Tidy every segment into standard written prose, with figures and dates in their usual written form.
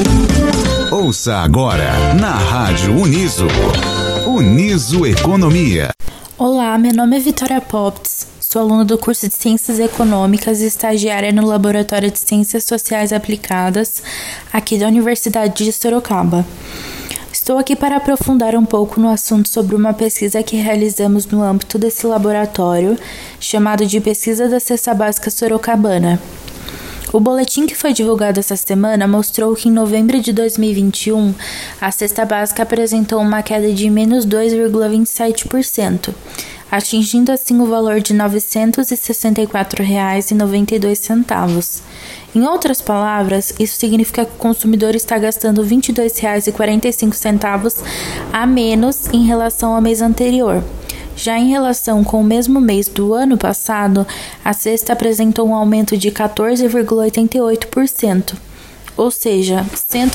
Ouça agora na Rádio Uniso. Uniso Economia. Olá, meu nome é Vitória Popes, sou aluna do curso de Ciências Econômicas e estagiária no Laboratório de Ciências Sociais Aplicadas, aqui da Universidade de Sorocaba. Estou aqui para aprofundar um pouco no assunto sobre uma pesquisa que realizamos no âmbito desse laboratório, chamado de Pesquisa da Cesta Básica Sorocabana. O boletim que foi divulgado essa semana mostrou que em novembro de 2021, a cesta básica apresentou uma queda de menos 2,27%, atingindo assim o valor de R$ 964,92. Em outras palavras, isso significa que o consumidor está gastando R$ 22,45 a menos em relação ao mês anterior. Já em relação com o mesmo mês do ano passado, a cesta apresentou um aumento de 14,88%, ou seja, R$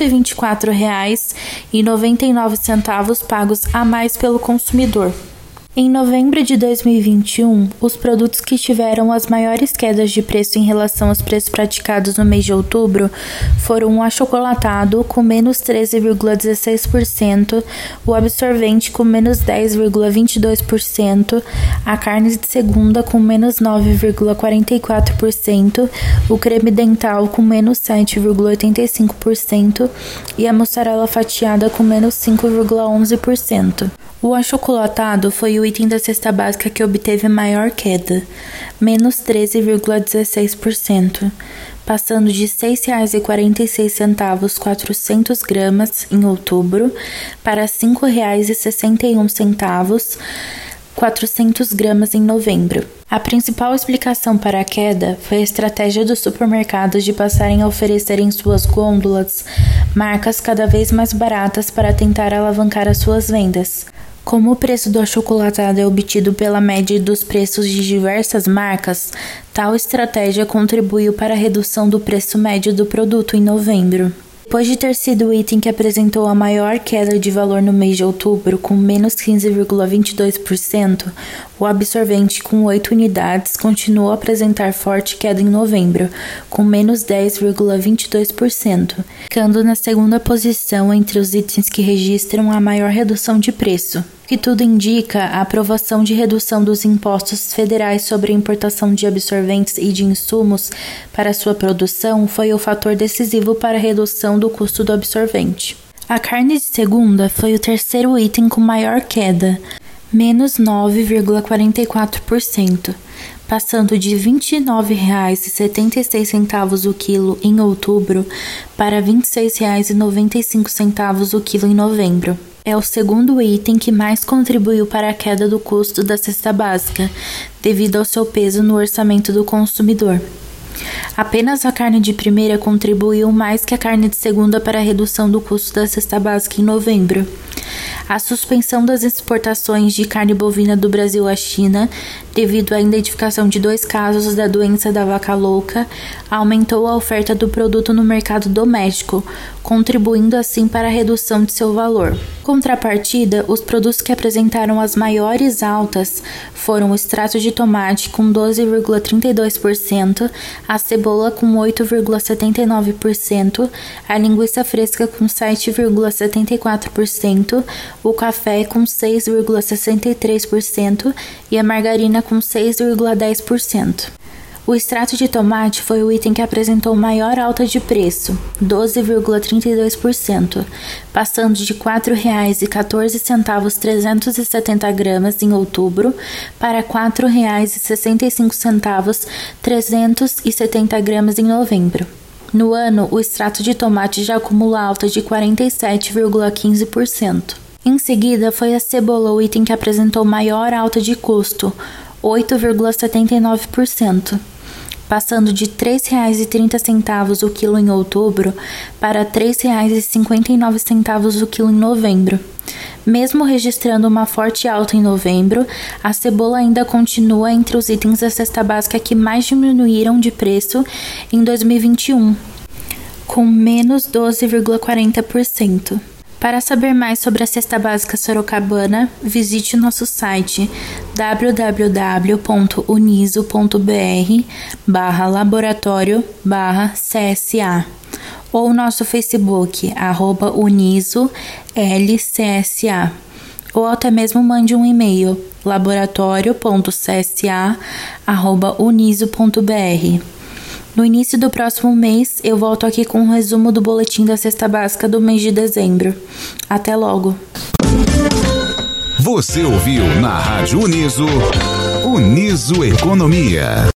124,99 pagos a mais pelo consumidor. Em novembro de 2021, os produtos que tiveram as maiores quedas de preço em relação aos preços praticados no mês de outubro foram o achocolatado, com menos 13,16%, o absorvente, com menos 10,22%, a carne de segunda, com menos 9,44%, o creme dental, com menos 7,85% e a mussarela fatiada, com menos 5,11%. O achocolatado foi o item da cesta básica que obteve maior queda, menos 13,16%, passando de R$ 6,46 400 gramas em outubro para R$ 5,61 400 gramas em novembro. A principal explicação para a queda foi a estratégia dos supermercados de passarem a oferecer em suas gôndolas marcas cada vez mais baratas para tentar alavancar as suas vendas. Como o preço do achocolatado é obtido pela média dos preços de diversas marcas, tal estratégia contribuiu para a redução do preço médio do produto em novembro. Depois de ter sido o item que apresentou a maior queda de valor no mês de outubro, com menos 15,22%, o absorvente com 8 unidades continuou a apresentar forte queda em novembro, com menos 10,22%, ficando na segunda posição entre os itens que registram a maior redução de preço. O que tudo indica, a aprovação de redução dos impostos federais sobre a importação de absorventes e de insumos para sua produção foi o fator decisivo para a redução do custo do absorvente. A carne de segunda foi o terceiro item com maior queda, menos 9,44%, passando de R$ 29,76 o quilo em outubro para R$ 26,95 o quilo em novembro. É o segundo item que mais contribuiu para a queda do custo da cesta básica, devido ao seu peso no orçamento do consumidor. Apenas a carne de primeira contribuiu mais que a carne de segunda para a redução do custo da cesta básica em novembro. A suspensão das exportações de carne bovina do Brasil à China, devido à identificação de 2 casos da doença da vaca louca, aumentou a oferta do produto no mercado doméstico, contribuindo assim para a redução de seu valor. Em contrapartida, os produtos que apresentaram as maiores altas foram o extrato de tomate com 12,32%, a cebola com 8,79%, a linguiça fresca com 7,74%, o café com 6,63% e a margarina com 6,10%. O extrato de tomate foi o item que apresentou maior alta de preço, 12,32%, passando de R$ 4,14 370 gramas em outubro para R$ 4,65 370 gramas em novembro. No ano, o extrato de tomate já acumula alta de 47,15%. Em seguida, foi a cebola o item que apresentou maior alta de custo, 8,79%, passando de R$ 3,30 o quilo em outubro para R$ 3,59 o quilo em novembro. Mesmo registrando uma forte alta em novembro, a cebola ainda continua entre os itens da cesta básica que mais diminuíram de preço em 2021, com menos 12,40%. Para saber mais sobre a cesta básica sorocabana, visite o nosso site www.uniso.br/laboratório/CSA ou nosso Facebook, @uniso_lcsa, ou até mesmo mande um e-mail, laboratorio.csa@uniso.br. No início do próximo mês, eu volto aqui com um resumo do boletim da cesta básica do mês de dezembro. Até logo! Você ouviu na Rádio Uniso, Uniso Economia.